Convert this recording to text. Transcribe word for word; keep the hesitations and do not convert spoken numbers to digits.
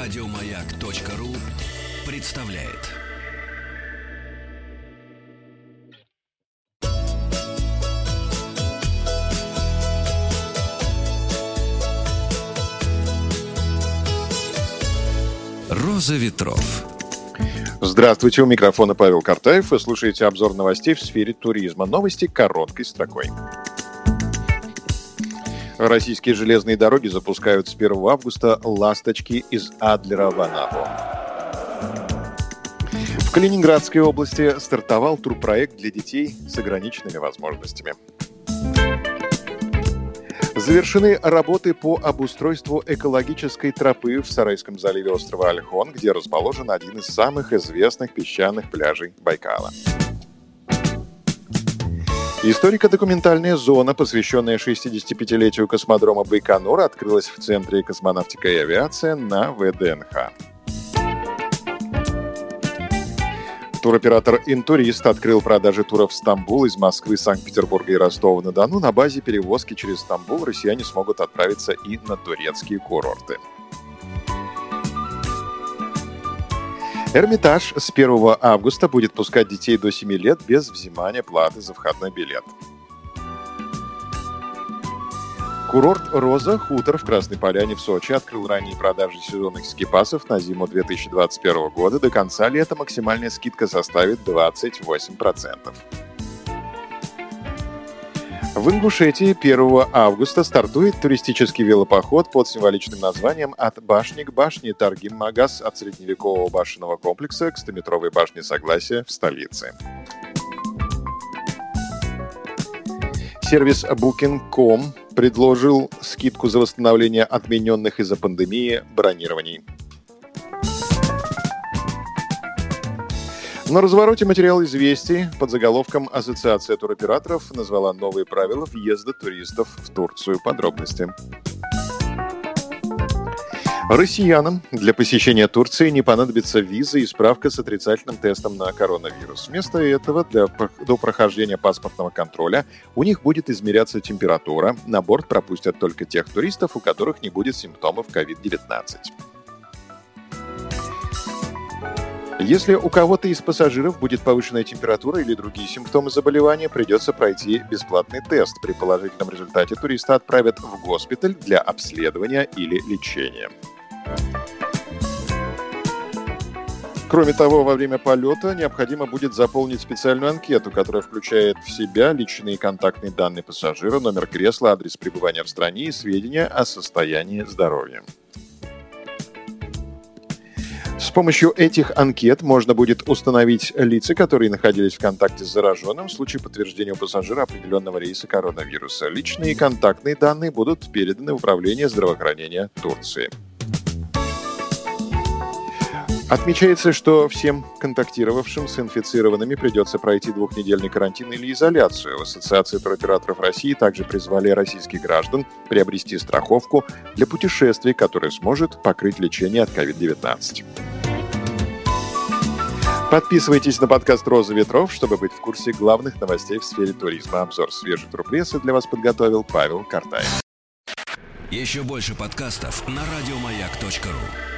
Радиомаяк.ру представляет. Роза ветров. Здравствуйте, у микрофона Павел Картаев. Вы слушаете обзор новостей в сфере туризма. Новости короткой строкой. Российские железные дороги запускают с первого августа «Ласточки» из Адлера в Анапу. В Калининградской области стартовал турпроект для детей с ограниченными возможностями. Завершены работы по обустройству экологической тропы в Сарайском заливе острова Ольхон, где расположен один из самых известных песчаных пляжей Байкала. Историко-документальная зона, посвященная шестидесятипятилетию космодрома Байконур, открылась в Центре космонавтика и авиации на вэ дэ эн ха. Туроператор «Интурист» открыл продажи туров в Стамбул из Москвы, Санкт-Петербурга и Ростова-на-Дону. На базе перевозки через Стамбул россияне смогут отправиться и на турецкие курорты. Эрмитаж с первого августа будет пускать детей до семи лет без взимания платы за входной билет. Курорт «Роза» Хутор в Красной Поляне в Сочи открыл ранние продажи сезонных скипасов на зиму две тысячи двадцать первого года. До конца лета максимальная скидка составит двадцать восемь процентов. В Ингушетии первого августа стартует туристический велопоход под символичным названием «От башни к башне Таргим-Магас» от средневекового башенного комплекса к стометровой башне Согласия в столице. Сервис букинг точка ком предложил скидку за восстановление отмененных из-за пандемии бронирований. На развороте материал известий под заголовком «Ассоциация туроператоров назвала новые правила въезда туристов в Турцию». Подробности. Россиянам для посещения Турции не понадобится виза и справка с отрицательным тестом на коронавирус. Вместо этого для, до прохождения паспортного контроля у них будет измеряться температура. На борт пропустят только тех туристов, у которых не будет симптомов ковид девятнадцать. Если у кого-то из пассажиров будет повышенная температура или другие симптомы заболевания, придется пройти бесплатный тест. При положительном результате туриста отправят в госпиталь для обследования или лечения. Кроме того, во время полета необходимо будет заполнить специальную анкету, которая включает в себя личные контактные данные пассажира, номер кресла, адрес пребывания в стране и сведения о состоянии здоровья. С помощью этих анкет можно будет установить лица, которые находились в контакте с зараженным в случае подтверждения у пассажира определенного рейса коронавируса. Личные контактные данные будут переданы в Управление здравоохранения Турции. Отмечается, что всем контактировавшим с инфицированными придется пройти двухнедельный карантин или изоляцию. В Ассоциации туроператоров России также призвали российских граждан приобрести страховку для путешествий, которая сможет покрыть лечение от ковид девятнадцать. Подписывайтесь на подкаст «Роза ветров», чтобы быть в курсе главных новостей в сфере туризма. Обзор свежей турпрессы для вас подготовил Павел Картаев. Еще больше подкастов на радиомаяк точка ру.